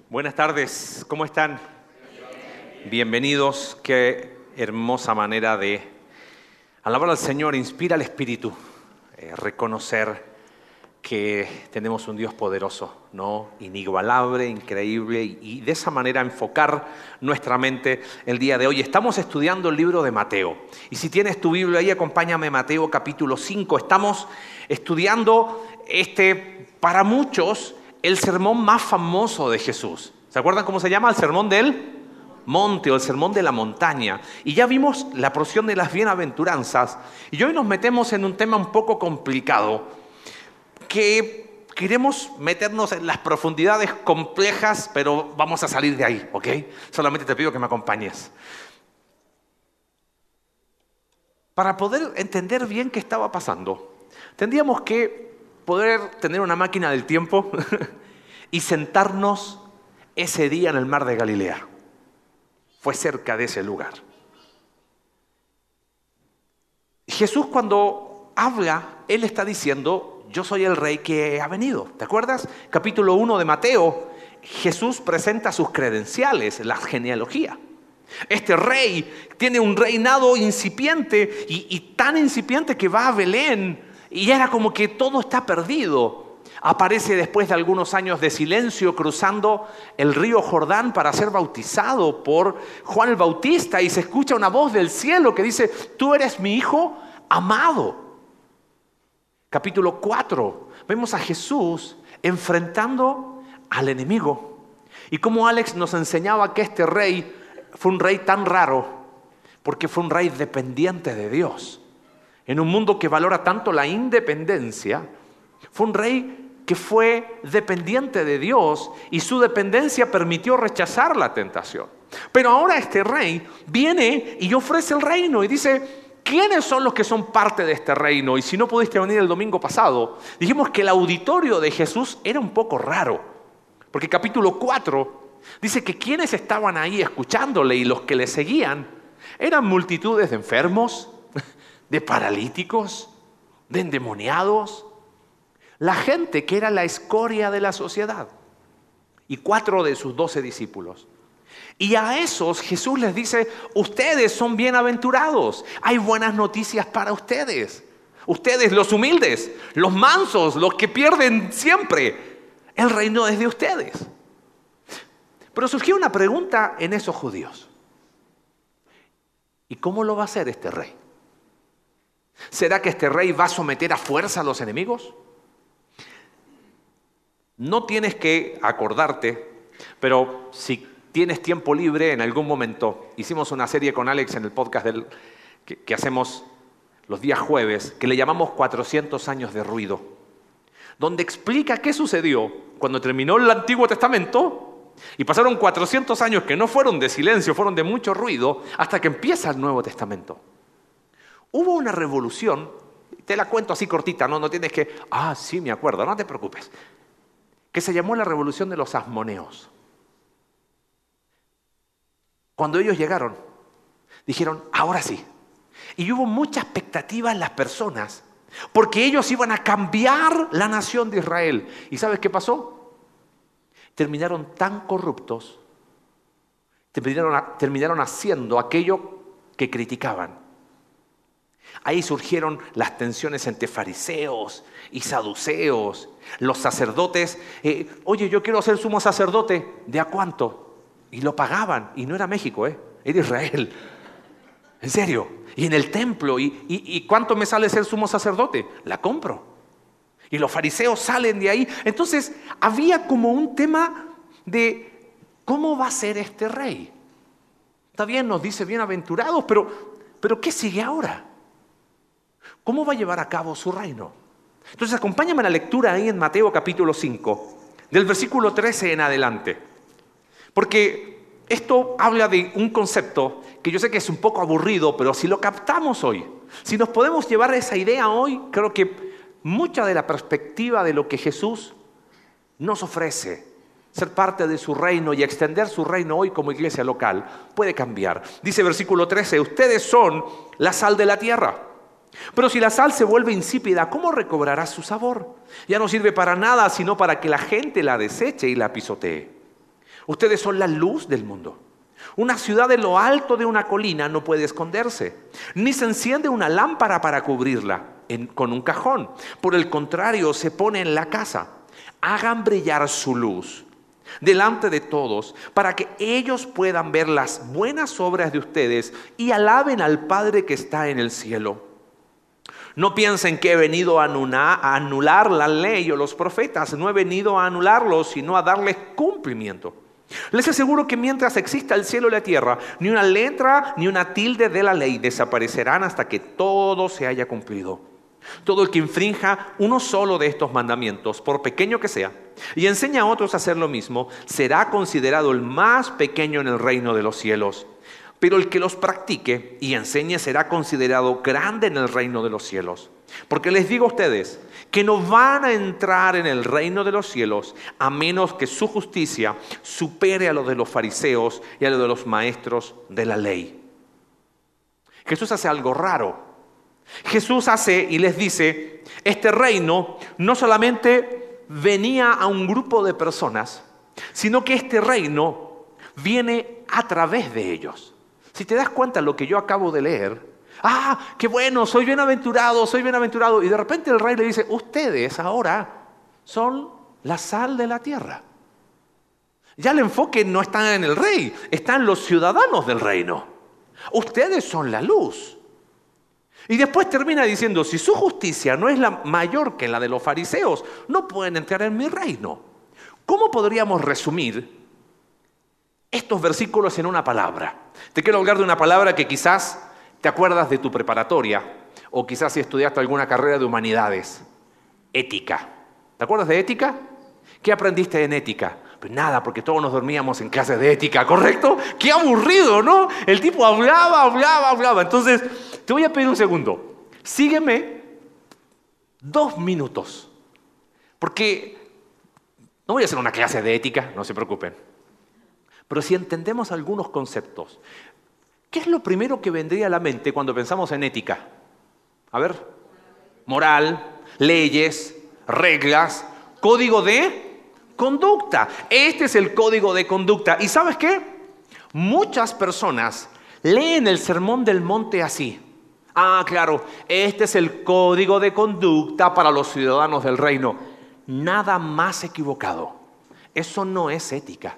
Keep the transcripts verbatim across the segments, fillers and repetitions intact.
Buenas tardes, ¿cómo están? Bienvenidos, qué hermosa manera de alabar al Señor, inspira al Espíritu, eh, reconocer que tenemos un Dios poderoso, ¿no? Inigualable, increíble, y, y de esa manera enfocar nuestra mente el día de hoy. Estamos estudiando el libro de Mateo, y si tienes tu Biblia ahí, acompáñame, Mateo capítulo cinco. Estamos estudiando este, para muchos, el sermón más famoso de Jesús. ¿Se acuerdan cómo se llama? El sermón del monte o el sermón de la montaña. Y ya vimos la porción de las bienaventuranzas. Y hoy nos metemos en un tema un poco complicado, que queremos meternos en las profundidades complejas, pero vamos a salir de ahí, ¿ok? Solamente te pido que me acompañes. Para poder entender bien qué estaba pasando, tendríamos que poder tener una máquina del tiempo y sentarnos ese día en el mar de Galilea. Fue cerca de ese lugar. Jesús, cuando habla, Él está diciendo: yo soy el rey que ha venido. ¿Te acuerdas? Capítulo uno de Mateo, Jesús presenta sus credenciales, la genealogía. Este rey tiene un reinado incipiente y, y tan incipiente que va a Belén. Y era como que todo está perdido. Aparece después de algunos años de silencio cruzando el río Jordán para ser bautizado por Juan el Bautista, y se escucha una voz del cielo que dice: tú eres mi hijo amado. Capítulo cuatro, vemos a Jesús enfrentando al enemigo. Y como Alex nos enseñaba que este rey fue un rey tan raro, porque fue un rey dependiente de Dios. En un mundo que valora tanto la independencia, fue un rey que fue dependiente de Dios, y su dependencia permitió rechazar la tentación. Pero ahora este rey viene y ofrece el reino y dice: ¿quiénes son los que son parte de este reino? Y si no pudiste venir el domingo pasado, dijimos que el auditorio de Jesús era un poco raro, porque capítulo cuatro dice que quienes estaban ahí escuchándole y los que le seguían eran multitudes de enfermos, de paralíticos, de endemoniados, la gente que era la escoria de la sociedad, y cuatro de sus doce discípulos. Y a esos Jesús les dice: ustedes son bienaventurados, hay buenas noticias para ustedes. Ustedes, los humildes, los mansos, los que pierden siempre, el reino es de ustedes. Pero surgió una pregunta en esos judíos: ¿y cómo lo va a hacer este rey? ¿Será que este rey va a someter a fuerza a los enemigos? No tienes que acordarte, pero si tienes tiempo libre en algún momento, hicimos una serie con Alex en el podcast del, que, que hacemos los días jueves, que le llamamos cuatrocientos años de ruido, donde explica qué sucedió cuando terminó el Antiguo Testamento y pasaron cuatrocientos años que no fueron de silencio, fueron de mucho ruido, hasta que empieza el Nuevo Testamento. Hubo una revolución, te la cuento así cortita, no, no tienes que, ah, sí, me acuerdo, no te preocupes, que se llamó la revolución de los asmoneos. Cuando ellos llegaron, dijeron: ahora sí. Y hubo mucha expectativa en las personas, porque ellos iban a cambiar la nación de Israel. ¿Y sabes qué pasó? Terminaron tan corruptos, terminaron, terminaron haciendo aquello que criticaban. Ahí surgieron las tensiones entre fariseos y saduceos. Los sacerdotes, eh, oye, yo quiero ser sumo sacerdote, ¿de a cuánto? Y lo pagaban, y no era México, ¿eh? Era Israel. En serio. Y en el templo, y, y, ¿y cuánto me sale ser sumo sacerdote? La compro. Y los fariseos salen de ahí. Entonces había como un tema de ¿cómo va a ser este rey? Está bien, nos dice bienaventurados, pero, pero ¿qué sigue ahora? ¿Cómo va a llevar a cabo su reino? Entonces acompáñame a la lectura ahí en Mateo capítulo cinco, del versículo trece en adelante. Porque esto habla de un concepto que yo sé que es un poco aburrido, pero si lo captamos hoy, si nos podemos llevar esa idea hoy, creo que mucha de la perspectiva de lo que Jesús nos ofrece, ser parte de su reino y extender su reino hoy como iglesia local, puede cambiar. Dice versículo trece: ustedes son la sal de la tierra. Pero si la sal se vuelve insípida, ¿cómo recobrará su sabor? Ya no sirve para nada, sino para que la gente la deseche y la pisotee. Ustedes son la luz del mundo. Una ciudad en lo alto de una colina no puede esconderse, ni se enciende una lámpara para cubrirla en- con un cajón. Por el contrario, se pone en la casa. Hagan brillar su luz delante de todos, para que ellos puedan ver las buenas obras de ustedes y alaben al Padre que está en el cielo. No piensen que he venido a anula- a anular la ley o los profetas. No he venido a anularlos, sino a darles cumplimiento. Les aseguro que mientras exista el cielo y la tierra, ni una letra ni una tilde de la ley desaparecerán hasta que todo se haya cumplido. Todo el que infrinja uno solo de estos mandamientos, por pequeño que sea, y enseña a otros a hacer lo mismo, será considerado el más pequeño en el reino de los cielos. Pero el que los practique y enseñe será considerado grande en el reino de los cielos. Porque les digo a ustedes que no van a entrar en el reino de los cielos a menos que su justicia supere a lo de los fariseos y a lo de los maestros de la ley. Jesús hace algo raro. Jesús hace y les dice, este reino no solamente venía a un grupo de personas, sino que este reino viene a través de ellos. Si te das cuenta de lo que yo acabo de leer, ah, qué bueno, soy bienaventurado, soy bienaventurado. Y de repente el rey le dice, ustedes ahora son la sal de la tierra. Ya el enfoque no está en el rey, están los ciudadanos del reino. Ustedes son la luz. Y después termina diciendo, si su justicia no es la mayor que la de los fariseos, no pueden entrar en mi reino. ¿Cómo podríamos resumir estos versículos en una palabra? Te quiero hablar de una palabra que quizás te acuerdas de tu preparatoria, o quizás si estudiaste alguna carrera de humanidades. Ética. ¿Te acuerdas de ética? ¿Qué aprendiste en ética? Pues nada, porque todos nos dormíamos en clases de ética, ¿correcto? ¡Qué aburrido!, ¿no? El tipo hablaba, hablaba, hablaba. Entonces, te voy a pedir un segundo. Sígueme dos minutos. Porque no voy a hacer una clase de ética, no se preocupen. Pero si entendemos algunos conceptos, ¿qué es lo primero que vendría a la mente cuando pensamos en ética? A ver, moral, leyes, reglas, código de conducta. Este es el código de conducta. ¿Y sabes qué? Muchas personas leen el Sermón del Monte así. Ah, claro, este es el código de conducta para los ciudadanos del reino. Nada más equivocado. Eso no es ética.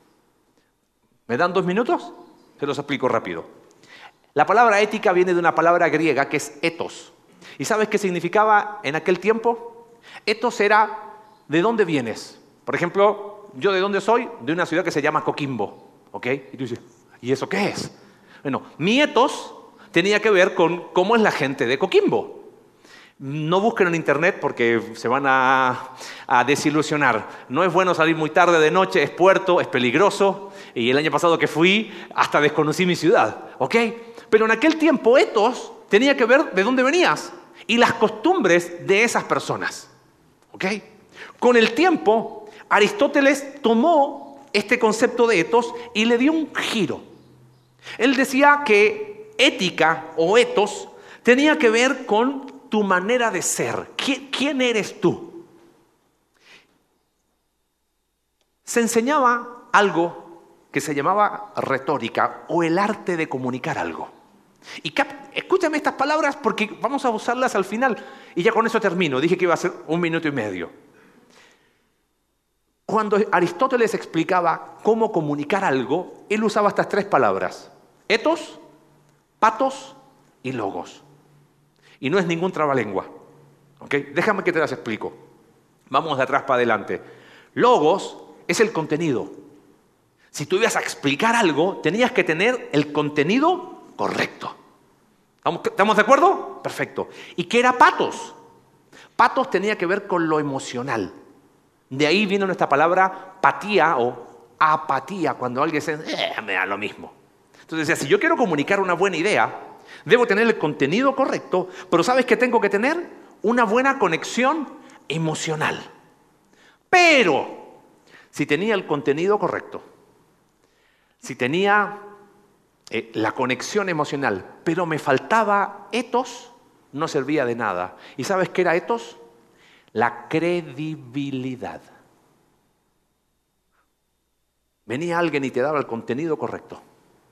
¿Me dan dos minutos? Se los explico rápido. La palabra ética viene de una palabra griega que es ethos. ¿Y sabes qué significaba en aquel tiempo? Ethos era ¿de dónde vienes? Por ejemplo, ¿yo de dónde soy? De una ciudad que se llama Coquimbo. ¿Ok? Y tú dices, ¿y eso qué es? Bueno, mi ethos tenía que ver con cómo es la gente de Coquimbo. No busquen en internet porque se van a, a desilusionar. No es bueno salir muy tarde de noche, es puerto, es peligroso. Y el año pasado que fui, hasta desconocí mi ciudad. ¿Ok? Pero en aquel tiempo, ethos tenía que ver de dónde venías y las costumbres de esas personas. ¿Ok? Con el tiempo, Aristóteles tomó este concepto de ethos y le dio un giro. Él decía que ética o ethos tenía que ver con tu manera de ser. ¿Quién eres tú? Se enseñaba algo que se llamaba retórica o el arte de comunicar algo. Y cap- escúchame estas palabras porque vamos a usarlas al final. Y ya con eso termino. Dije que iba a ser un minuto y medio. Cuando Aristóteles explicaba cómo comunicar algo, él usaba estas tres palabras. Ethos, patos y logos. Y no es ningún trabalengua. ¿Ok? Déjame que te las explico. Vamos de atrás para adelante. Logos es el contenido. Si tú ibas a explicar algo, tenías que tener el contenido correcto. ¿Estamos de acuerdo? Perfecto. ¿Y qué era patos? Patos tenía que ver con lo emocional. De ahí viene nuestra palabra patía o apatía, cuando alguien dice, eh, me da lo mismo. Entonces decía, si yo quiero comunicar una buena idea, debo tener el contenido correcto, pero ¿sabes qué tengo que tener? Una buena conexión emocional. Pero, si tenía el contenido correcto, si tenía eh, la conexión emocional, pero me faltaba ethos, no servía de nada. ¿Y sabes qué era ethos? La credibilidad. Venía alguien y te daba el contenido correcto.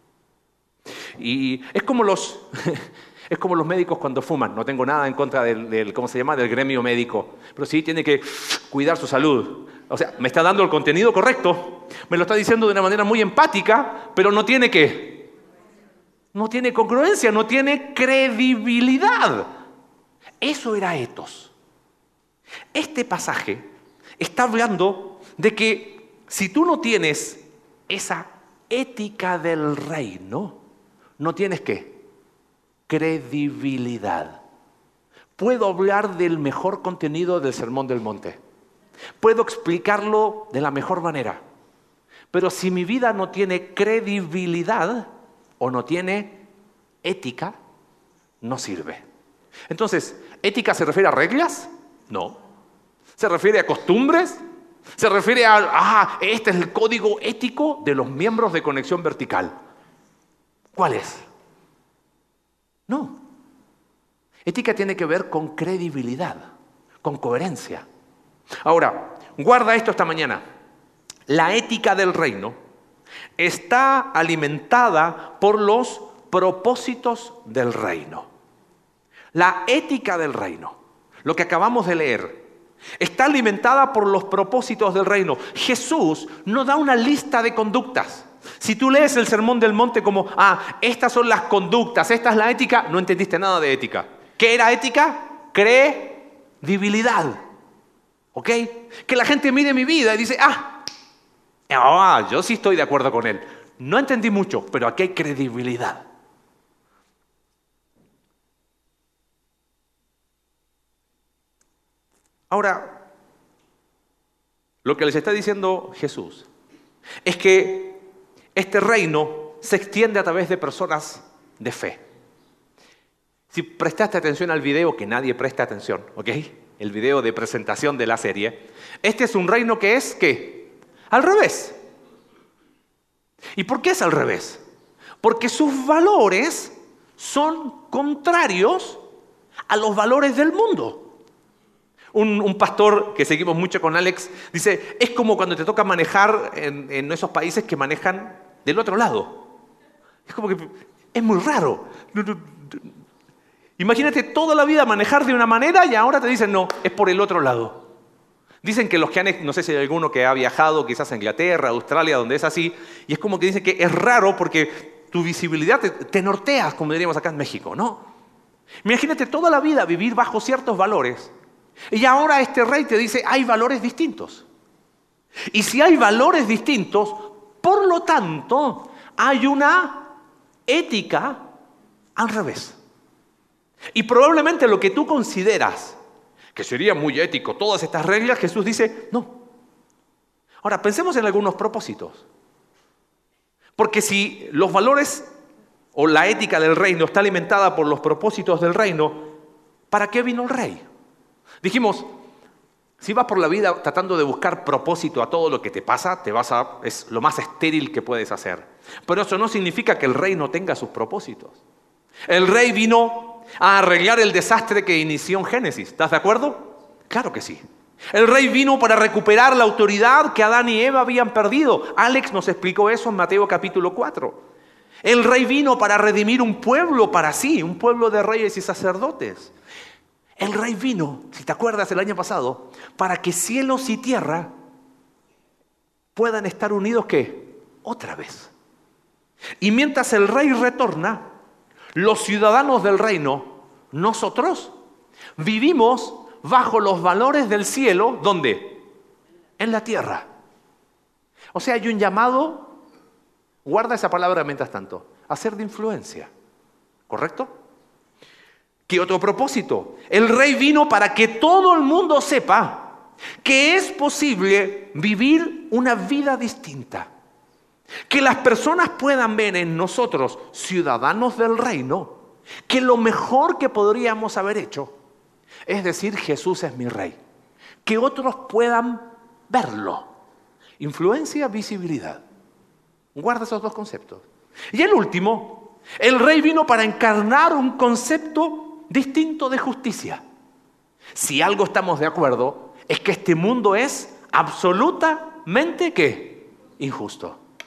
Y es como los, es como los médicos cuando fuman. No tengo nada en contra del, del, ¿cómo se llama?, del gremio médico. Pero sí tiene que cuidar su salud. O sea, me está dando el contenido correcto. Me lo está diciendo de una manera muy empática, pero no tiene ¿qué? No tiene congruencia, no tiene credibilidad. Eso era etos. Este pasaje está hablando de que si tú no tienes esa ética del reino, no tienes ¿qué? Credibilidad. Puedo hablar del mejor contenido del Sermón del Monte. Puedo explicarlo de la mejor manera. Pero si mi vida no tiene credibilidad o no tiene ética, no sirve. Entonces, ¿ética se refiere a reglas? No. ¿Se refiere a costumbres? ¿Se refiere a, ah, este es el código ético de los miembros de Conexión Vertical? ¿Cuál es? No. Ética tiene que ver con credibilidad, con coherencia. Ahora, guarda esto esta mañana. La ética del reino está alimentada por los propósitos del reino. La ética del reino, lo que acabamos de leer, está alimentada por los propósitos del reino. Jesús no da una lista de conductas. Si tú lees el Sermón del Monte como, ah, estas son las conductas, esta es la ética, no entendiste nada de ética. ¿Qué era ética? Credibilidad. ¿Ok? Que la gente mire mi vida y dice, ah, ah, yo sí estoy de acuerdo con él. No entendí mucho, pero aquí hay credibilidad. Ahora, lo que les está diciendo Jesús es que este reino se extiende a través de personas de fe. Si prestaste atención al video, que nadie presta atención, ¿ok? El video de presentación de la serie. Este es un reino que es, ¿qué? Al revés. ¿Y por qué es al revés? Porque sus valores son contrarios a los valores del mundo. Un, un pastor que seguimos mucho con Alex dice, es como cuando te toca manejar en, en esos países que manejan del otro lado. Es como que es muy raro. Imagínate toda la vida manejar de una manera y ahora te dicen, no, es por el otro lado. Dicen que los que han, no sé si hay alguno que ha viajado quizás a Inglaterra, Australia, donde es así, y es como que dicen que es raro porque tu visibilidad te, te norteas, como diríamos acá en México, ¿no? Imagínate toda la vida vivir bajo ciertos valores. Y ahora este rey te dice, hay valores distintos. Y si hay valores distintos, por lo tanto, hay una ética al revés. Y probablemente lo que tú consideras que sería muy ético, todas estas reglas, Jesús dice, no. Ahora, pensemos en algunos propósitos. Porque si los valores o la ética del reino está alimentada por los propósitos del reino, ¿para qué vino el rey? Dijimos, si vas por la vida tratando de buscar propósito a todo lo que te pasa, te vas a, es lo más estéril que puedes hacer. Pero eso no significa que el rey no tenga sus propósitos. El rey vino a arreglar el desastre que inició en Génesis. ¿Estás de acuerdo? Claro que sí. El rey vino para recuperar la autoridad que Adán y Eva habían perdido. Alex nos explicó eso en Mateo capítulo cuatro. El rey vino para redimir un pueblo para sí, un pueblo de reyes y sacerdotes. El rey vino, si te acuerdas el año pasado, para que cielos y tierra puedan estar unidos, ¿qué? Otra vez. Y mientras el rey retorna, los ciudadanos del reino, nosotros, vivimos bajo los valores del cielo, ¿dónde? En la tierra. O sea, hay un llamado, guarda esa palabra mientras tanto, a ser de influencia. ¿Correcto? ¿Qué otro propósito? El rey vino para que todo el mundo sepa que es posible vivir una vida distinta. Que las personas puedan ver en nosotros, ciudadanos del reino, que lo mejor que podríamos haber hecho es decir, Jesús es mi rey. Que otros puedan verlo. Influencia, visibilidad. Guarda esos dos conceptos. Y el último, el rey vino para encarnar un concepto distinto de justicia. Si algo estamos de acuerdo, es que este mundo es absolutamente, ¿qué? Injusto.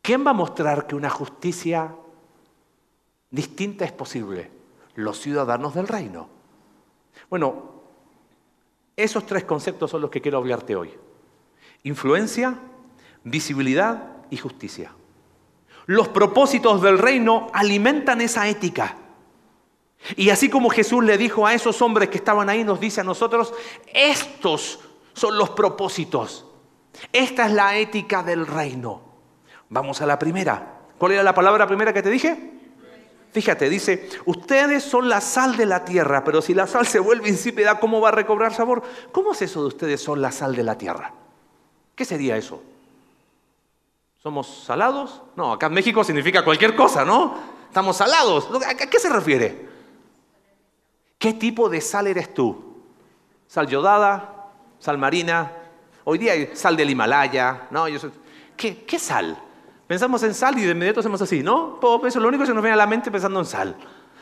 ¿Quién va a mostrar que una justicia distinta es posible? Los ciudadanos del reino. Bueno, esos tres conceptos son los que quiero hablarte hoy. Influencia, visibilidad y justicia. Los propósitos del reino alimentan esa ética. Y así como Jesús le dijo a esos hombres que estaban ahí, nos dice a nosotros, estos son los propósitos. Esta es la ética del reino. Vamos a la primera. ¿Cuál era la palabra primera que te dije? Fíjate, dice, ustedes son la sal de la tierra, pero si la sal se vuelve insípida, ¿cómo va a recobrar sabor? ¿Cómo es eso de ustedes son la sal de la tierra? ¿Qué sería eso? ¿Somos salados? No, acá en México significa cualquier cosa, ¿no? Estamos salados. ¿A qué se refiere? ¿Qué tipo de sal eres tú? ¿Sal yodada? ¿Sal marina? Hoy día hay sal del Himalaya, ¿no? Yo soy... ¿Qué, ¿Qué sal? Pensamos en sal y de inmediato hacemos así, ¿no? Eso es lo único que se nos viene a la mente pensando en sal.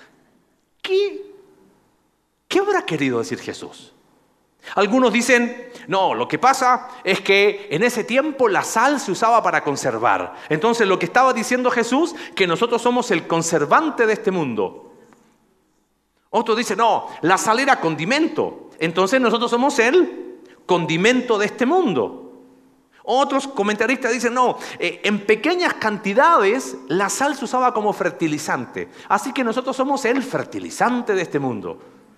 ¿Qué, qué habrá querido decir Jesús? Algunos dicen, no, lo que pasa es que en ese tiempo la sal se usaba para conservar. Entonces lo que estaba diciendo Jesús, que nosotros somos el conservante de este mundo. Otros dicen, no, la sal era condimento. Entonces nosotros somos el condimento de este mundo. Otros comentaristas dicen, no, eh, en pequeñas cantidades la sal se usaba como fertilizante. Así que nosotros somos el fertilizante de este mundo.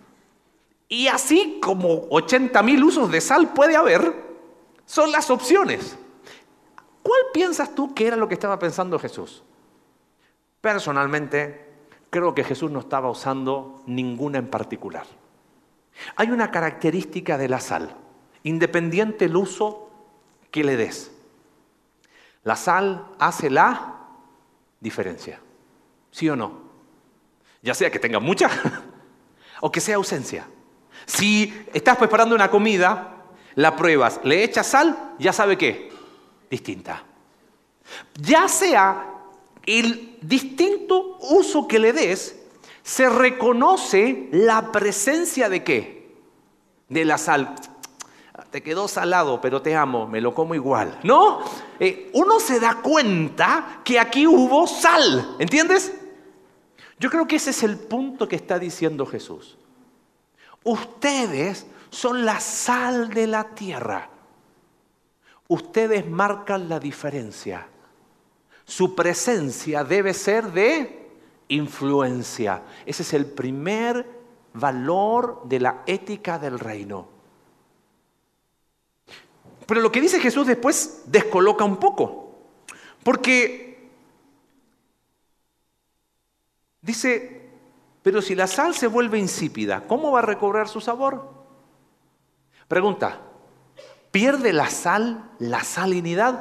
Y así como ochenta mil usos de sal puede haber, son las opciones. ¿Cuál piensas tú que era lo que estaba pensando Jesús? Personalmente, creo que Jesús no estaba usando ninguna en particular. Hay una característica de la sal, independiente el uso que le des. La sal hace la diferencia, ¿sí o no? Ya sea que tenga mucha o que sea ausencia. Si estás preparando una comida, la pruebas, le echas sal, ya sabe qué, distinta. Ya sea el distinto uso que le des, se reconoce la presencia de qué, de la sal. Te quedó salado, pero te amo, me lo como igual, ¿no? Eh, uno se da cuenta que aquí hubo sal, ¿entiendes? Yo creo que ese es el punto que está diciendo Jesús. Ustedes son la sal de la tierra. Ustedes marcan la diferencia. Su presencia debe ser de influencia. Ese es el primer valor de la ética del reino. Pero lo que dice Jesús después descoloca un poco. Porque dice, pero si la sal se vuelve insípida, ¿cómo va a recobrar su sabor? Pregunta, ¿pierde la sal la salinidad?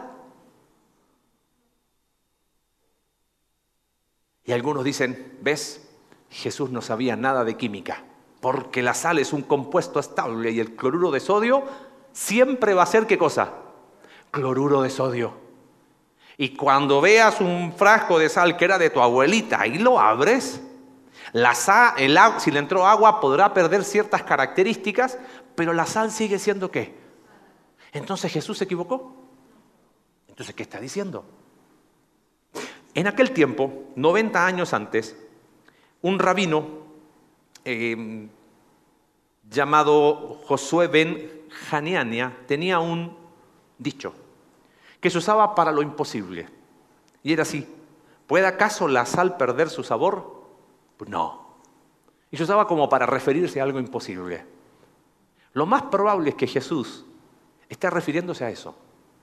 Y algunos dicen, ¿ves? Jesús no sabía nada de química, porque la sal es un compuesto estable y el cloruro de sodio siempre va a ser, ¿qué cosa? Cloruro de sodio. Y cuando veas un frasco de sal que era de tu abuelita y lo abres, la sal, el agua, si le entró agua podrá perder ciertas características, pero la sal sigue siendo ¿qué? Entonces Jesús se equivocó. Entonces, ¿qué está diciendo? En aquel tiempo, noventa años antes, un rabino eh, llamado Josué ben Haniania tenía un dicho que se usaba para lo imposible. Y era así, ¿puede acaso la sal perder su sabor? Pues no. Y se usaba como para referirse a algo imposible. Lo más probable es que Jesús esté refiriéndose a eso.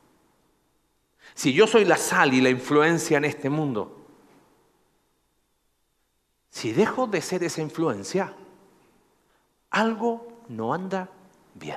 Si yo soy la sal y la influencia en este mundo, si dejo de ser esa influencia, algo no anda bien.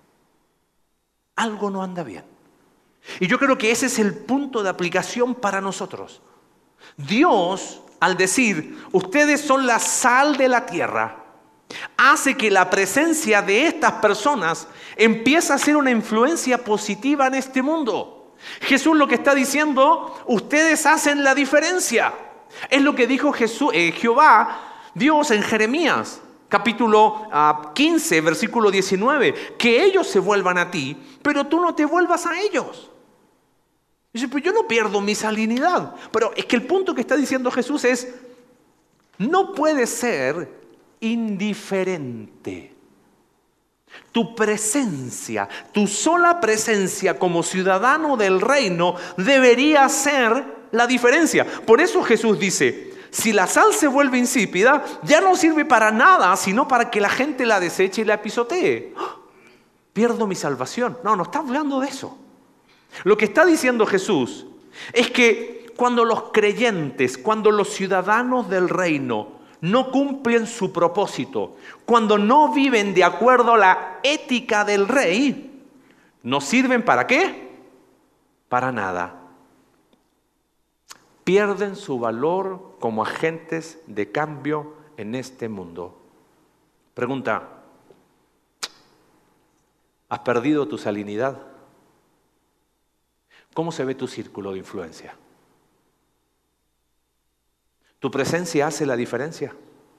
Algo no anda bien. Y yo creo que ese es el punto de aplicación para nosotros. Dios, al decir, ustedes son la sal de la tierra, hace que la presencia de estas personas empiece a ser una influencia positiva en este mundo. Jesús lo que está diciendo, ustedes hacen la diferencia. Es lo que dijo Jesús, eh, Jehová, Dios en Jeremías. Capítulo uh, quince, versículo diecinueve, que ellos se vuelvan a ti, pero tú no te vuelvas a ellos. Dice, pero yo no pierdo mi salinidad. Pero es que el punto que está diciendo Jesús es, no puedes ser indiferente. Tu presencia, tu sola presencia como ciudadano del reino debería ser la diferencia. Por eso Jesús dice, si la sal se vuelve insípida, ya no sirve para nada, sino para que la gente la deseche y la pisotee. ¡Oh! Pierdo mi salvación. No, no está hablando de eso. Lo que está diciendo Jesús es que cuando los creyentes, cuando los ciudadanos del reino no cumplen su propósito, cuando no viven de acuerdo a la ética del rey, ¿no sirven para qué? Para nada. Pierden su valor como agentes de cambio en este mundo. Pregunta, ¿has perdido tu salinidad? ¿Cómo se ve tu círculo de influencia? ¿Tu presencia hace la diferencia?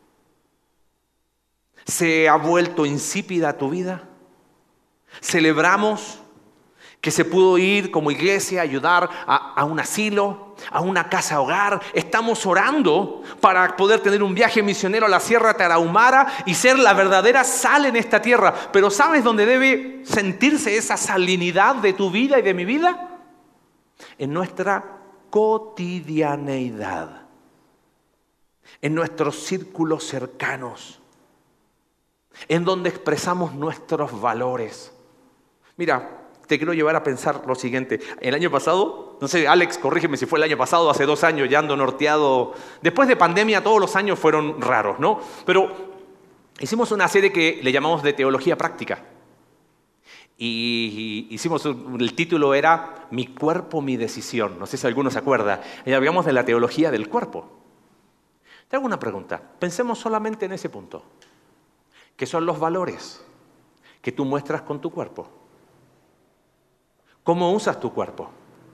¿Se ha vuelto insípida tu vida? ¿Celebramos que se pudo ir como iglesia a ayudar a, a un asilo, a una casa hogar? Estamos orando para poder tener un viaje misionero a la Sierra Tarahumara y ser la verdadera sal en esta tierra. Pero ¿sabes dónde debe sentirse esa salinidad de tu vida y de mi vida? En nuestra cotidianeidad, en nuestros círculos cercanos, en donde expresamos nuestros valores. Mira, te quiero llevar a pensar lo siguiente. El año pasado, no sé, Alex, corrígeme si fue el año pasado, hace dos años ya ando norteado. Después de pandemia todos los años fueron raros, ¿no? Pero hicimos una serie que le llamamos de teología práctica. Y hicimos, el título era Mi cuerpo, mi decisión. No sé si alguno se acuerda. Y hablamos de la teología del cuerpo. Te hago una pregunta. Pensemos solamente en ese punto. ¿Qué son los valores que tú muestras con tu cuerpo? ¿Cómo usas tu cuerpo?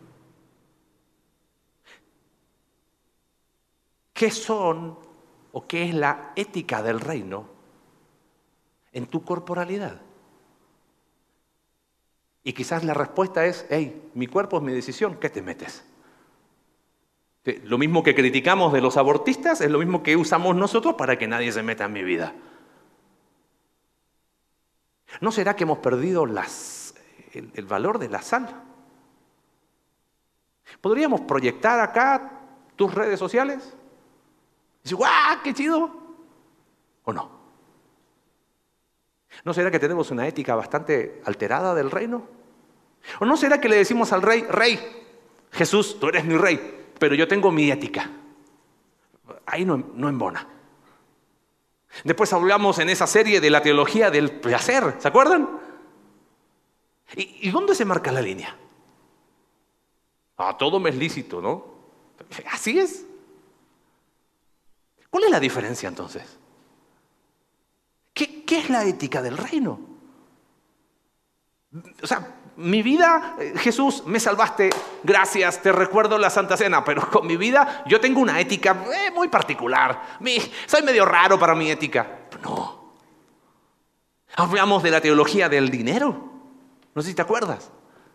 ¿Qué son o qué es la ética del reino en tu corporalidad? Y quizás la respuesta es, hey, mi cuerpo es mi decisión, ¿qué te metes? Lo mismo que criticamos de los abortistas es lo mismo que usamos nosotros para que nadie se meta en mi vida. ¿No será que hemos perdido las, el, el valor de la sal? ¿Podríamos proyectar acá tus redes sociales? Y decir, ¡guau, qué chido! ¿O no? ¿No será que tenemos una ética bastante alterada del reino? ¿O no será que le decimos al rey, rey, Jesús, tú eres mi rey, pero yo tengo mi ética? Ahí no, no embona. Después hablamos en esa serie de la teología del placer, ¿se acuerdan? ¿Y, y dónde se marca la línea? Ah, todo me es lícito, ¿no? Así es. ¿Cuál es la diferencia entonces? ¿Qué, qué es la ética del reino? O sea, mi vida, Jesús, me salvaste, gracias, te recuerdo la Santa Cena, pero con mi vida yo tengo una ética eh, muy particular. Mi, soy medio raro para mi ética. No. Hablamos de la teología del dinero. No sé si te acuerdas.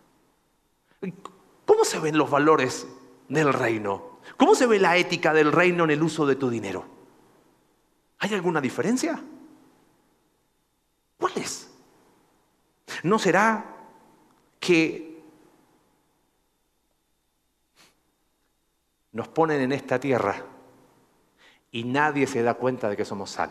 ¿Cómo se ven los valores del reino? ¿Cómo se ve la ética del reino en el uso de tu dinero? ¿Hay alguna diferencia? ¿Cuál es? ¿No será que nos ponen en esta tierra y nadie se da cuenta de que somos sal?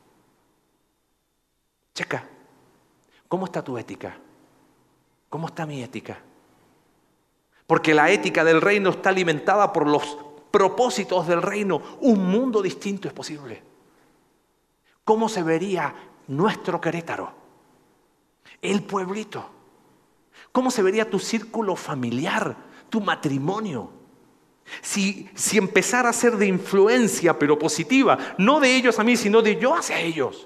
Checa, ¿cómo está tu ética? ¿Cómo está mi ética? Porque la ética del reino está alimentada por los propósitos del reino. Un mundo distinto es posible. ¿Cómo se vería nuestro Querétaro? El pueblito. ¿Cómo se vería tu círculo familiar, tu matrimonio? Si, si empezara a ser de influencia, pero positiva, no de ellos a mí, sino de yo hacia ellos.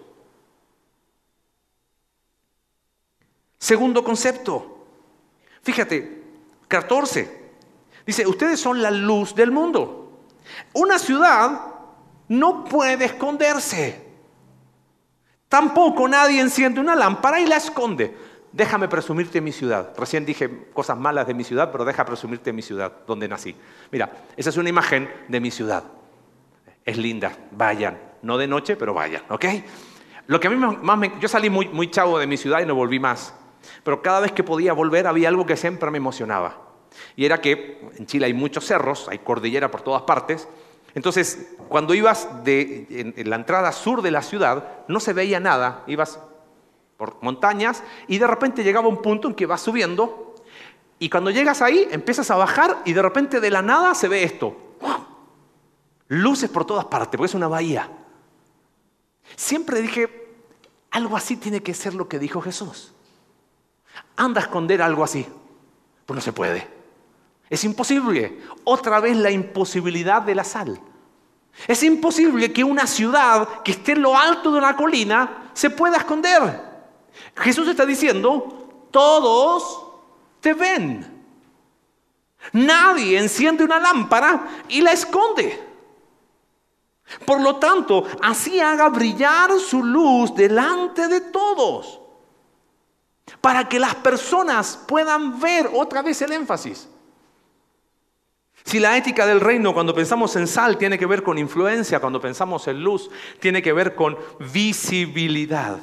Segundo concepto. Fíjate, catorce. Dice, ustedes son la luz del mundo. Una ciudad no puede esconderse. Tampoco nadie enciende una lámpara y la esconde déjame presumirte mi ciudad. Recién dije cosas malas de mi ciudad, pero deja presumirte mi ciudad, donde nací. Mira, esa es una imagen de mi ciudad. Es linda, vayan. No de noche, pero vayan, ¿ok? Lo que a mí más me... Yo salí muy, muy chavo de mi ciudad y no volví más. Pero cada vez que podía volver había algo que siempre me emocionaba. Y era que en Chile hay muchos cerros, hay cordillera por todas partes. Entonces, cuando ibas de, en, en la entrada sur de la ciudad, no se veía nada. Ibas por montañas y de repente llegaba un punto en que vas subiendo y cuando llegas ahí empiezas a bajar y de repente de la nada se ve esto. Luces por todas partes, porque es una bahía. Siempre dije, algo así tiene que ser lo que dijo Jesús. Anda a esconder algo así. Pues no se puede. Es imposible. Otra vez la imposibilidad de la sal. Es imposible que una ciudad que esté en lo alto de una colina se pueda esconder. Jesús está diciendo, todos te ven. Nadie enciende una lámpara y la esconde. Por lo tanto, así haga brillar su luz delante de todos, para que las personas puedan ver, otra vez el énfasis. Si la ética del reino, cuando pensamos en sal, tiene que ver con influencia, cuando pensamos en luz, tiene que ver con visibilidad.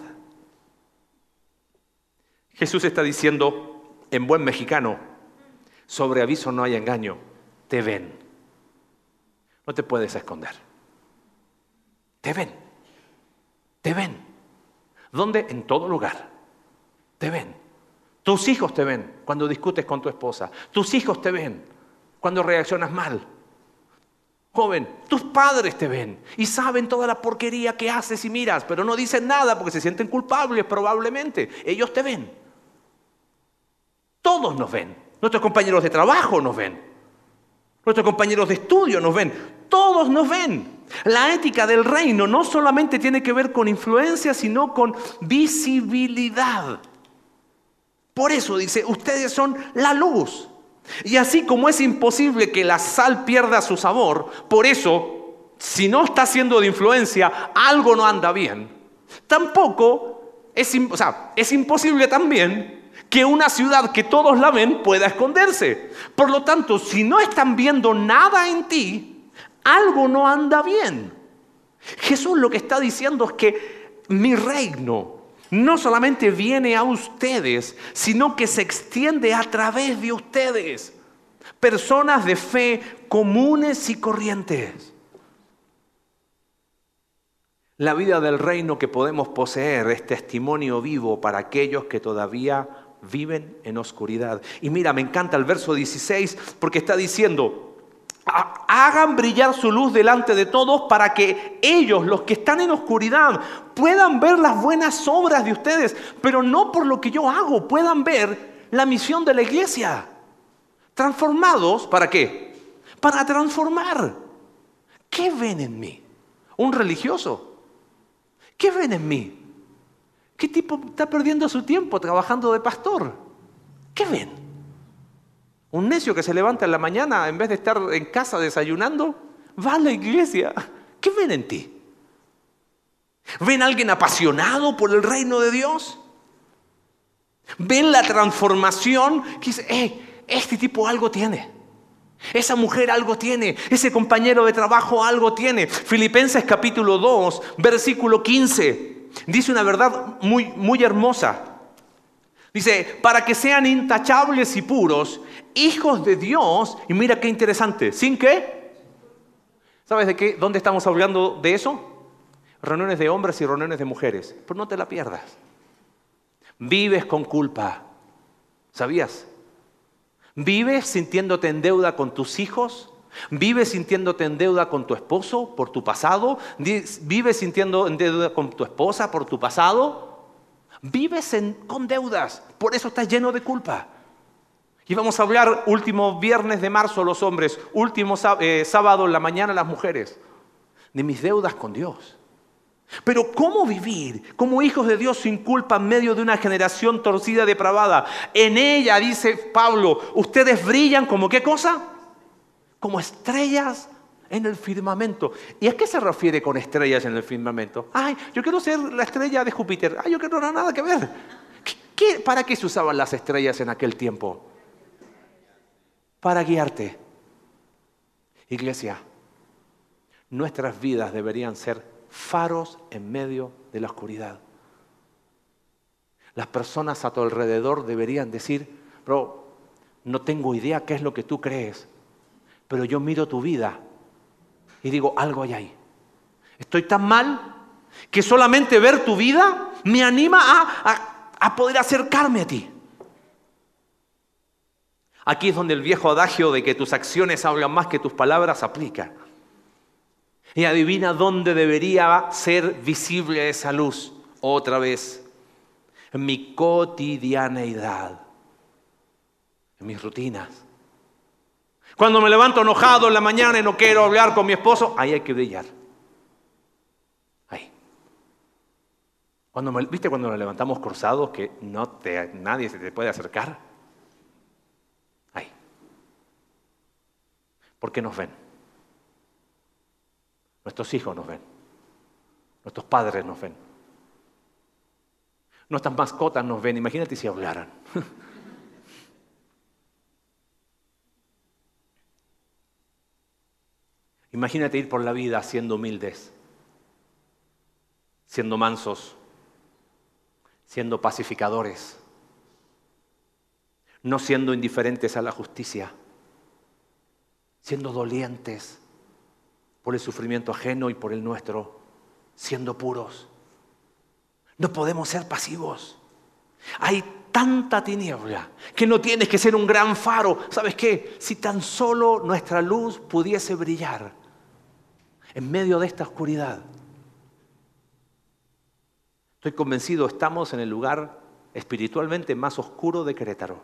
Jesús está diciendo, en buen mexicano, sobre aviso no hay engaño, te ven. No te puedes esconder. Te ven, te ven. ¿Dónde? En todo lugar. Te ven. Tus hijos te ven cuando discutes con tu esposa. Tus hijos te ven cuando reaccionas mal. Joven, tus padres te ven y saben toda la porquería que haces y miras, pero no dicen nada porque se sienten culpables probablemente. Ellos te ven. Todos nos ven. Nuestros compañeros de trabajo nos ven. Nuestros compañeros de estudio nos ven. Todos nos ven. La ética del reino no solamente tiene que ver con influencia, sino con visibilidad. Por eso dice, ustedes son la luz. Y así como es imposible que la sal pierda su sabor, por eso, si no está siendo de influencia, algo no anda bien. Tampoco es, o sea, es imposible también que una ciudad que todos la ven pueda esconderse. Por lo tanto, si no están viendo nada en ti, algo no anda bien. Jesús lo que está diciendo es que mi reino no solamente viene a ustedes, sino que se extiende a través de ustedes. Personas de fe comunes y corrientes. La vida del reino que podemos poseer es testimonio vivo para aquellos que todavía viven en oscuridad. Y mira, me encanta el verso dieciséis porque está diciendo, hagan brillar su luz delante de todos para que ellos, los que están en oscuridad, puedan ver las buenas obras de ustedes, pero no por lo que yo hago, puedan ver la misión de la iglesia. Transformados, ¿para qué? Para transformar. ¿Qué ven en mí? ¿Un religioso? ¿Qué ven en mí? ¿Qué tipo está perdiendo su tiempo trabajando de pastor? ¿Qué ven? Un necio que se levanta en la mañana en vez de estar en casa desayunando, va a la iglesia. ¿Qué ven en ti? ¿Ven a alguien apasionado por el reino de Dios? ¿Ven la transformación? Que dice, hey, este tipo algo tiene. Esa mujer algo tiene. Ese compañero de trabajo algo tiene. Filipenses capítulo dos, versículo quince. Dice una verdad muy, muy hermosa. Dice, para que sean intachables y puros, hijos de Dios. Y mira qué interesante. ¿Sin qué? ¿Sabes de qué? ¿Dónde estamos hablando de eso? Reuniones de hombres y reuniones de mujeres. Pero no te la pierdas. Vives con culpa. ¿Sabías? ¿Vives sintiéndote en deuda con tus hijos? ¿Vives sintiéndote en deuda con tu esposo por tu pasado? ¿Vives sintiendo en deuda con tu esposa por tu pasado? Vives en, con deudas, por eso estás lleno de culpa. Y vamos a hablar último viernes de marzo los hombres, último eh, sábado en la mañana las mujeres, de mis deudas con Dios. Pero ¿cómo vivir como hijos de Dios sin culpa en medio de una generación torcida, depravada? En ella, dice Pablo, ustedes brillan como ¿qué cosa? Como estrellas en el firmamento. ¿Y a qué se refiere con estrellas en el firmamento? Ay, yo quiero ser la estrella de Júpiter. Ay, yo quiero no nada que ver. ¿Qué, ¿Para qué se usaban las estrellas en aquel tiempo? Para guiarte. Iglesia, nuestras vidas deberían ser faros en medio de la oscuridad. Las personas a tu alrededor deberían decir, bro, no tengo idea qué es lo que tú crees, pero yo miro tu vida y digo, algo hay ahí. Estoy tan mal que solamente ver tu vida me anima a, a, a poder acercarme a ti. Aquí es donde el viejo adagio de que tus acciones hablan más que tus palabras aplica. Y adivina dónde debería ser visible esa luz. Otra vez, en mi cotidianeidad, en mis rutinas. Cuando me levanto enojado en la mañana y no quiero hablar con mi esposo, ahí hay que brillar. Ahí. Cuando me, ¿Viste cuando nos levantamos cruzados que no te, nadie se te puede acercar? Ahí. Porque nos ven. Nuestros hijos nos ven. Nuestros padres nos ven. Nuestras mascotas nos ven. Imagínate si hablaran. Imagínate ir por la vida siendo humildes, siendo mansos, siendo pacificadores, no siendo indiferentes a la justicia, siendo dolientes por el sufrimiento ajeno y por el nuestro, siendo puros. No podemos ser pasivos. Hay tanta tiniebla que no tienes que ser un gran faro. ¿Sabes qué? Si tan solo nuestra luz pudiese brillar en medio de esta oscuridad. Estoy convencido, estamos en el lugar espiritualmente más oscuro de Querétaro.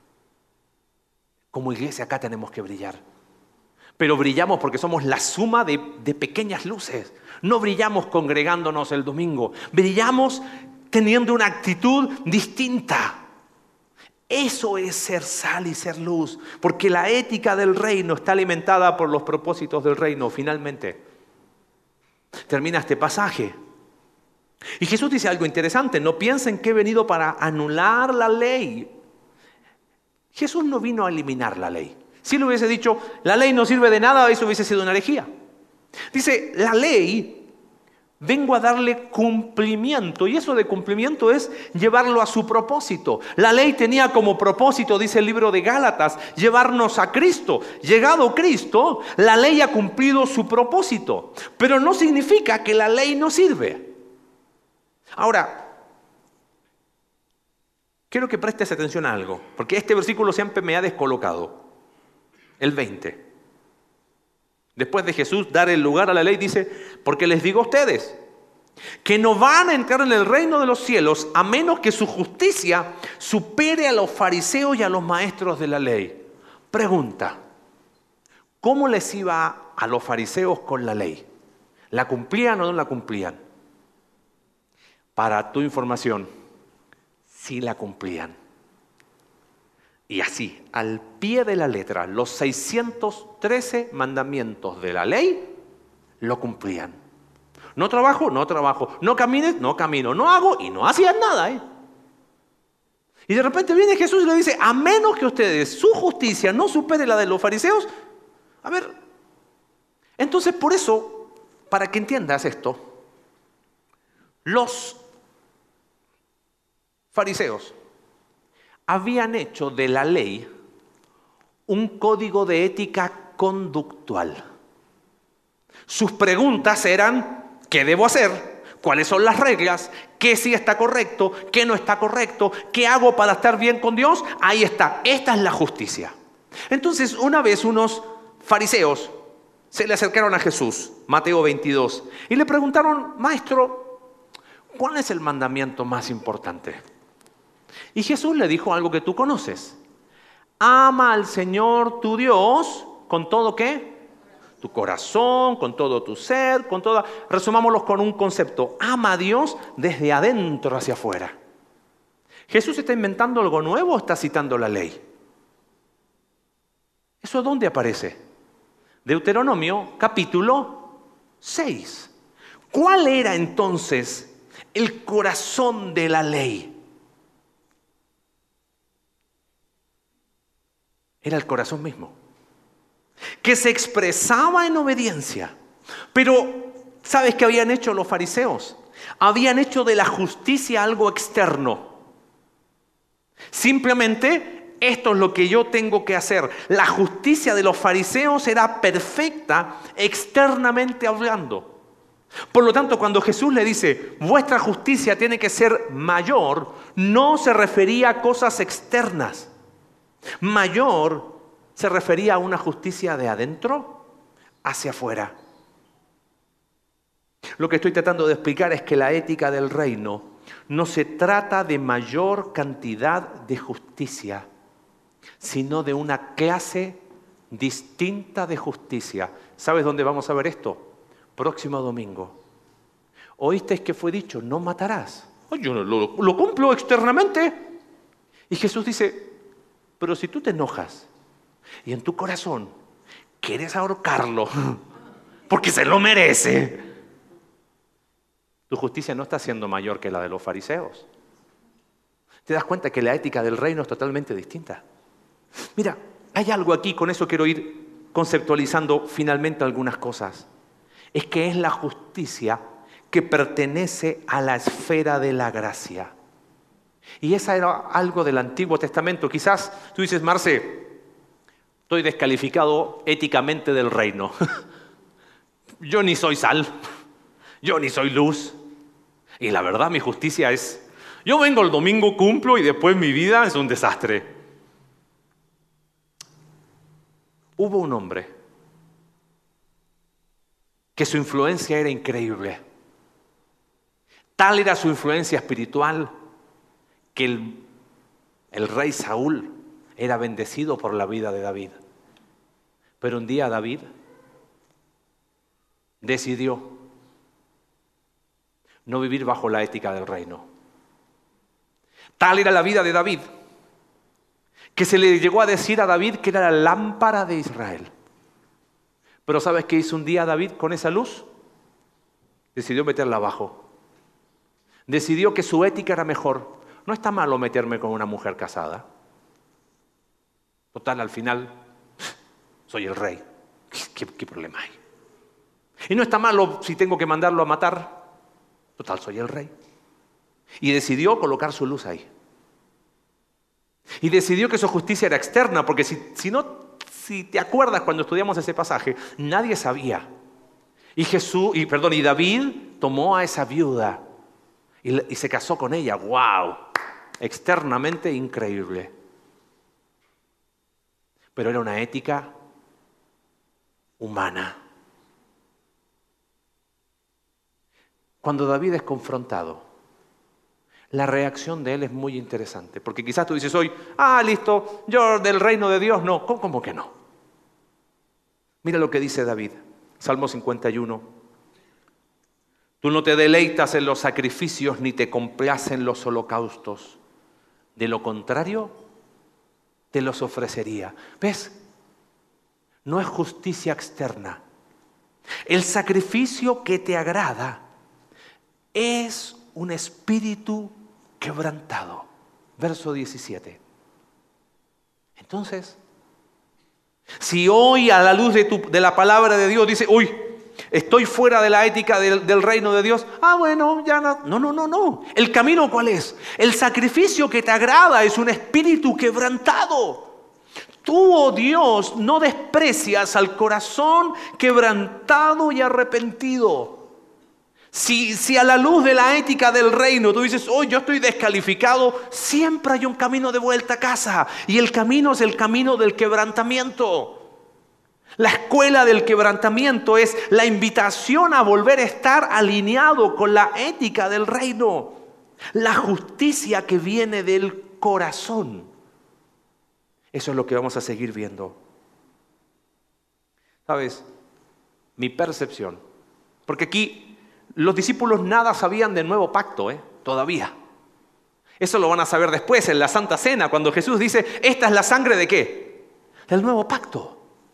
Como iglesia acá tenemos que brillar. Pero brillamos porque somos la suma de, de pequeñas luces. No brillamos congregándonos el domingo. Brillamos teniendo una actitud distinta. Eso es ser sal y ser luz. Porque la ética del reino está alimentada por los propósitos del reino. Finalmente, termina este pasaje. Y Jesús dice algo interesante. No piensen que he venido para anular la ley. Jesús no vino a eliminar la ley. Si él hubiese dicho, la ley no sirve de nada, eso hubiese sido una herejía. Dice, la ley, vengo a darle cumplimiento. Y eso de cumplimiento es llevarlo a su propósito. La ley tenía como propósito, dice el libro de Gálatas, llevarnos a Cristo. Llegado Cristo, la ley ha cumplido su propósito. Pero no significa que la ley no sirve. Ahora, quiero que prestes atención a algo, porque este versículo siempre me ha descolocado. El veinte. Después de Jesús dar el lugar a la ley, dice, porque les digo a ustedes, que no van a entrar en el reino de los cielos a menos que su justicia supere a los fariseos y a los maestros de la ley. Pregunta, ¿cómo les iba a los fariseos con la ley? ¿La cumplían o no la cumplían? Para tu información, sí la cumplían. Y así, al pie de la letra, los seiscientos trece mandamientos de la ley lo cumplían. No trabajo, no trabajo. No camines, no camino. No hago y no hacían nada. ¿eh? Y de repente viene Jesús y le dice, a menos que ustedes, su justicia no supere la de los fariseos. A ver, entonces por eso, para que entiendas esto, los fariseos habían hecho de la ley un código de ética conductual. Sus preguntas eran, ¿qué debo hacer? ¿Cuáles son las reglas? ¿Qué sí está correcto? ¿Qué no está correcto? ¿Qué hago para estar bien con Dios? Ahí está, esta es la justicia. Entonces, una vez unos fariseos se le acercaron a Jesús, Mateo veintidós, y le preguntaron, maestro, ¿cuál es el mandamiento más importante? Y Jesús le dijo algo que tú conoces. Ama al Señor tu Dios con todo ¿qué? Tu corazón, con todo tu ser, con toda... Resumámoslo con un concepto. Ama a Dios desde adentro hacia afuera. ¿Jesús está inventando algo nuevo o está citando la ley? ¿Eso dónde aparece? Deuteronomio capítulo seis. ¿Cuál era entonces el corazón de la ley? Era el corazón mismo, que se expresaba en obediencia. Pero, ¿sabes qué habían hecho los fariseos? Habían hecho de la justicia algo externo. Simplemente, esto es lo que yo tengo que hacer. La justicia de los fariseos era perfecta externamente hablando. Por lo tanto, cuando Jesús le dice, vuestra justicia tiene que ser mayor, no se refería a cosas externas. Mayor se refería a una justicia de adentro hacia afuera. Lo que estoy tratando de explicar es que la ética del reino no se trata de mayor cantidad de justicia, sino de una clase distinta de justicia. ¿Sabes dónde vamos a ver esto? Próximo domingo. ¿Oísteis que fue dicho, no matarás? Ay, yo lo, lo, lo cumplo externamente. Y Jesús dice, pero si tú te enojas y en tu corazón quieres ahorcarlo porque se lo merece, tu justicia no está siendo mayor que la de los fariseos. ¿Te das cuenta que la ética del reino es totalmente distinta? Mira, hay algo aquí, con eso quiero ir conceptualizando finalmente algunas cosas. Es que es la justicia que pertenece a la esfera de la gracia. Y esa era algo del Antiguo Testamento. Quizás tú dices, Marce, estoy descalificado éticamente del reino. Yo ni soy sal, yo ni soy luz. Y la verdad, mi justicia es, yo vengo el domingo, cumplo y después mi vida es un desastre. Hubo un hombre que su influencia era increíble. Tal era su influencia espiritual que el, el rey Saúl era bendecido por la vida de David. Pero un día David decidió no vivir bajo la ética del reino. Tal era la vida de David que se le llegó a decir a David que era la lámpara de Israel. Pero ¿sabes qué hizo un día David con esa luz? Decidió meterla abajo. Decidió que su ética era mejor. No está malo meterme con una mujer casada. Total, al final, soy el rey. ¿Qué, qué problema hay? Y no está malo si tengo que mandarlo a matar. Total, soy el rey. Y decidió colocar su luz ahí. Y decidió que su justicia era externa, porque si, si no, si te acuerdas cuando estudiamos ese pasaje, nadie sabía. Y Jesús, y perdón, y David tomó a esa viuda y, y se casó con ella. ¡Wow! Externamente increíble. Pero era una ética humana. Cuando David es confrontado, la reacción de él es muy interesante. Porque quizás tú dices hoy, ah, listo, yo del reino de Dios no. ¿Cómo, cómo que no? Mira lo que dice David, Salmo cincuenta y uno. Tú no te deleitas en los sacrificios ni te complacen los holocaustos. De lo contrario, te los ofrecería. ¿Ves? No es justicia externa. El sacrificio que te agrada es un espíritu quebrantado. Verso diecisiete. Entonces, si hoy a la luz de, tu, de la palabra de Dios dice, uy, estoy fuera de la ética del, del reino de Dios, ah, bueno, ya no. No, no, no, no. ¿El camino cuál es? El sacrificio que te agrada es un espíritu quebrantado. Tú, oh Dios, no desprecias al corazón quebrantado y arrepentido. Si, si a la luz de la ética del reino tú dices, oh, yo estoy descalificado, siempre hay un camino de vuelta a casa. Y el camino es el camino del quebrantamiento. La escuela del quebrantamiento es la invitación a volver a estar alineado con la ética del reino. La justicia que viene del corazón. Eso es lo que vamos a seguir viendo. ¿Sabes? Mi percepción. Porque aquí los discípulos nada sabían del nuevo pacto, ¿eh? Todavía. Eso lo van a saber después, en la Santa Cena, cuando Jesús dice, esta es la sangre ¿de qué? Del nuevo pacto.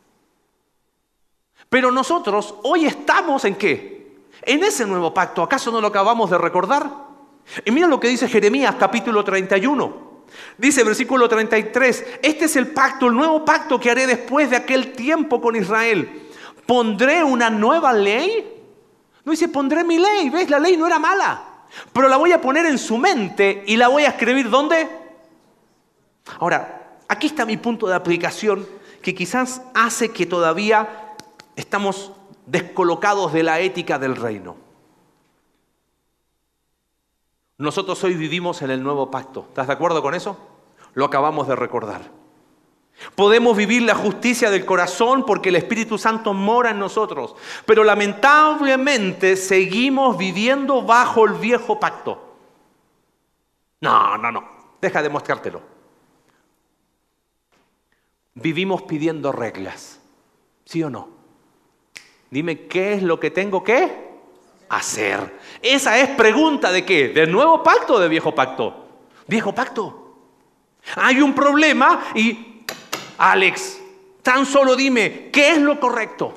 Pero nosotros hoy estamos ¿en qué? En ese nuevo pacto. ¿Acaso no lo acabamos de recordar? Y mira lo que dice Jeremías capítulo treinta y uno. Dice versículo treinta y tres, este es el pacto, el nuevo pacto que haré después de aquel tiempo con Israel. Pondré una nueva ley. No dice pondré mi ley, ¿ves? La ley no era mala, pero la voy a poner en su mente y la voy a escribir ¿dónde? Ahora, aquí está mi punto de aplicación que quizás hace que todavía estamos descolocados de la ética del reino. Nosotros hoy vivimos en el nuevo pacto. ¿Estás de acuerdo con eso? Lo acabamos de recordar. Podemos vivir la justicia del corazón porque el Espíritu Santo mora en nosotros. Pero lamentablemente seguimos viviendo bajo el viejo pacto. No, no, no. Deja de mostrártelo. Vivimos pidiendo reglas. ¿Sí o no? Dime qué es lo que tengo que hacer. Esa es pregunta de qué, ¿del nuevo pacto o del viejo pacto? Viejo pacto. Hay un problema y, Alex, tan solo dime, ¿qué es lo correcto?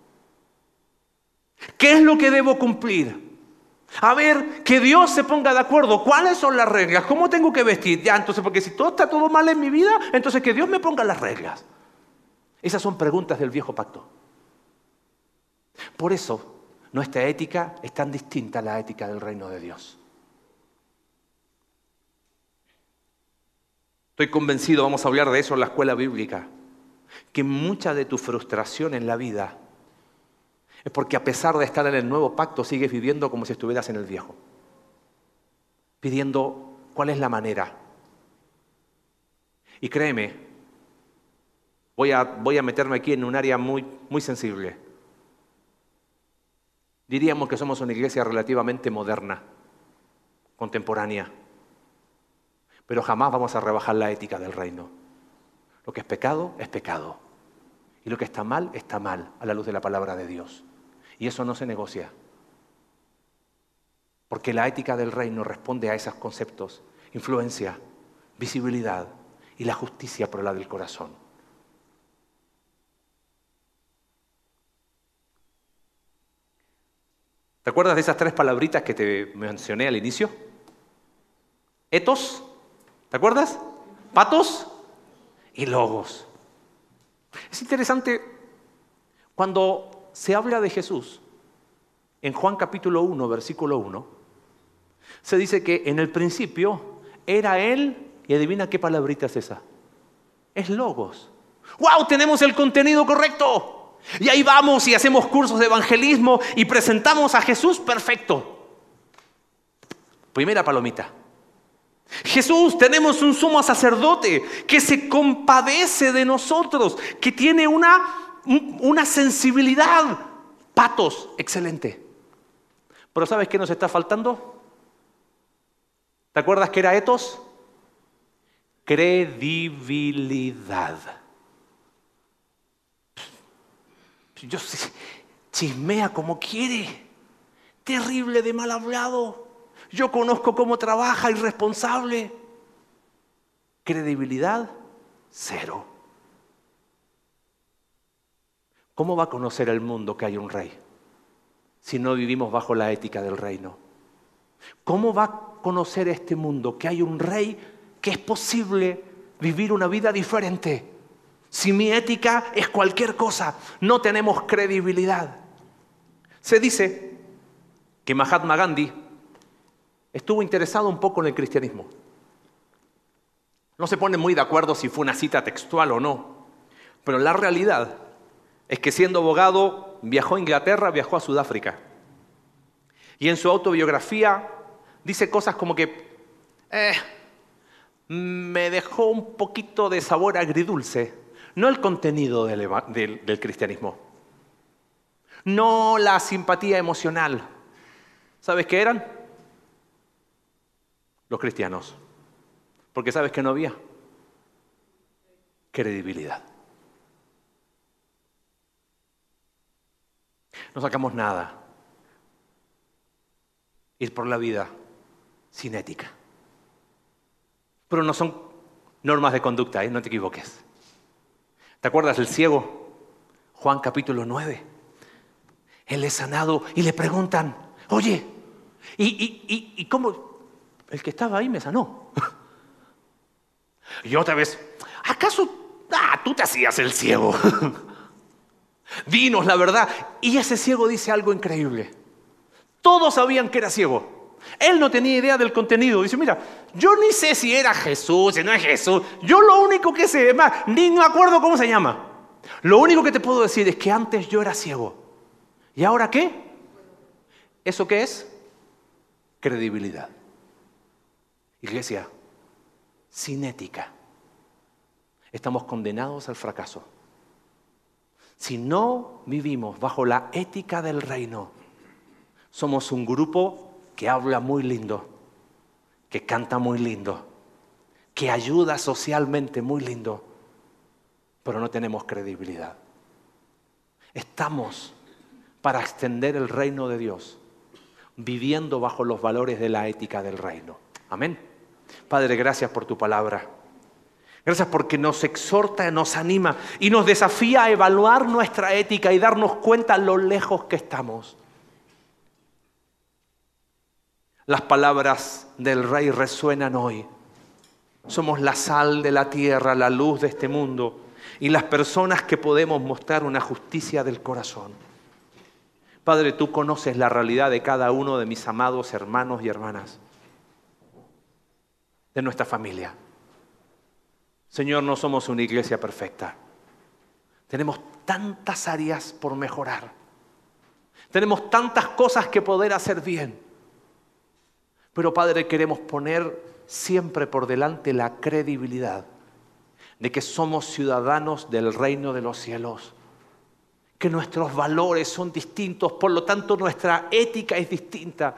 ¿Qué es lo que debo cumplir? A ver, que Dios se ponga de acuerdo. ¿Cuáles son las reglas? ¿Cómo tengo que vestir? Ya, entonces, porque si todo está todo mal en mi vida, entonces que Dios me ponga las reglas. Esas son preguntas del viejo pacto. Por eso, nuestra ética es tan distinta a la ética del reino de Dios. Estoy convencido, vamos a hablar de eso en la escuela bíblica, que mucha de tu frustración en la vida es porque a pesar de estar en el nuevo pacto sigues viviendo como si estuvieras en el viejo. Pidiendo cuál es la manera. Y créeme, voy a, voy a meterme aquí en un área muy, muy sensible. Diríamos que somos una iglesia relativamente moderna, contemporánea, pero jamás vamos a rebajar la ética del reino. Lo que es pecado, es pecado. Y lo que está mal, está mal, a la luz de la palabra de Dios. Y eso no se negocia. Porque la ética del reino responde a esos conceptos: influencia, visibilidad y la justicia por la del corazón. ¿Te acuerdas de esas tres palabritas que te mencioné al inicio? Etos, ¿te acuerdas? Patos y logos. Es interesante cuando se habla de Jesús, en Juan capítulo uno, versículo uno, se dice que en el principio era Él, y adivina qué palabrita es esa. Es logos. ¡Wow! Tenemos el contenido correcto. Y ahí vamos y hacemos cursos de evangelismo y presentamos a Jesús perfecto. Primera palomita. Jesús, tenemos un sumo sacerdote que se compadece de nosotros, que tiene una, una sensibilidad. Patos, excelente. Pero ¿sabes qué nos está faltando? ¿Te acuerdas que era etos? Credibilidad. Yo chismea como quiere, terrible de mal hablado. Yo conozco cómo trabaja, irresponsable. Credibilidad, cero. ¿Cómo va a conocer el mundo que hay un rey si no vivimos bajo la ética del reino? ¿Cómo va a conocer este mundo que hay un rey que es posible vivir una vida diferente? Si mi ética es cualquier cosa, no tenemos credibilidad. Se dice que Mahatma Gandhi estuvo interesado un poco en el cristianismo. No se ponen muy de acuerdo si fue una cita textual o no, pero la realidad es que siendo abogado viajó a Inglaterra, viajó a Sudáfrica. Y en su autobiografía dice cosas como que eh, me dejó un poquito de sabor agridulce. No el contenido del, del, del cristianismo. No la simpatía emocional. ¿Sabes qué eran? Los cristianos. Porque ¿sabes qué no había? Credibilidad. No sacamos nada. Ir por la vida sin ética. Pero no son normas de conducta, ¿eh? No te equivoques. ¿Te acuerdas del ciego? Juan capítulo nueve. Él es sanado y le preguntan, oye, ¿y, y, y, y cómo? El que estaba ahí me sanó. Y otra vez, ¿acaso ah, tú te hacías el ciego? Dinos la verdad. Y ese ciego dice algo increíble. Todos sabían que era ciego. Él no tenía idea del contenido. Dice, mira, yo ni sé si era Jesús, si no es Jesús. Yo lo único que sé, es más, ni me acuerdo cómo se llama. Lo único que te puedo decir es que antes yo era ciego. ¿Y ahora qué? ¿Eso qué es? Credibilidad. Iglesia, sin ética, estamos condenados al fracaso. Si no vivimos bajo la ética del reino, somos un grupo que habla muy lindo, que canta muy lindo, que ayuda socialmente muy lindo, pero no tenemos credibilidad. Estamos para extender el reino de Dios, viviendo bajo los valores de la ética del reino. Amén. Padre, gracias por tu palabra. Gracias porque nos exhorta, nos anima y nos desafía a evaluar nuestra ética y darnos cuenta lo lejos que estamos. Las palabras del Rey resuenan hoy. Somos la sal de la tierra, la luz de este mundo y las personas que podemos mostrar una justicia del corazón. Padre, tú conoces la realidad de cada uno de mis amados hermanos y hermanas, de nuestra familia. Señor, no somos una iglesia perfecta. Tenemos tantas áreas por mejorar. Tenemos tantas cosas que poder hacer bien. Pero, Padre, queremos poner siempre por delante la credibilidad de que somos ciudadanos del reino de los cielos, que nuestros valores son distintos, por lo tanto nuestra ética es distinta.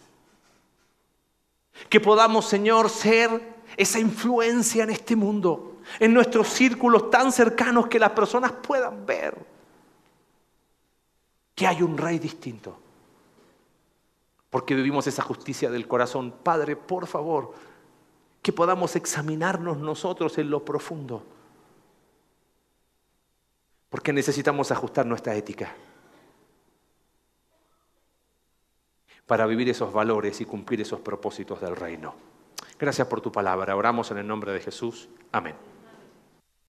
Que podamos, Señor, ser esa influencia en este mundo, en nuestros círculos tan cercanos, que las personas puedan ver que hay un rey distinto. Porque vivimos esa justicia del corazón. Padre, por favor, que podamos examinarnos nosotros en lo profundo. Porque necesitamos ajustar nuestra ética para vivir esos valores y cumplir esos propósitos del reino. Gracias por tu palabra. Oramos en el nombre de Jesús. Amén.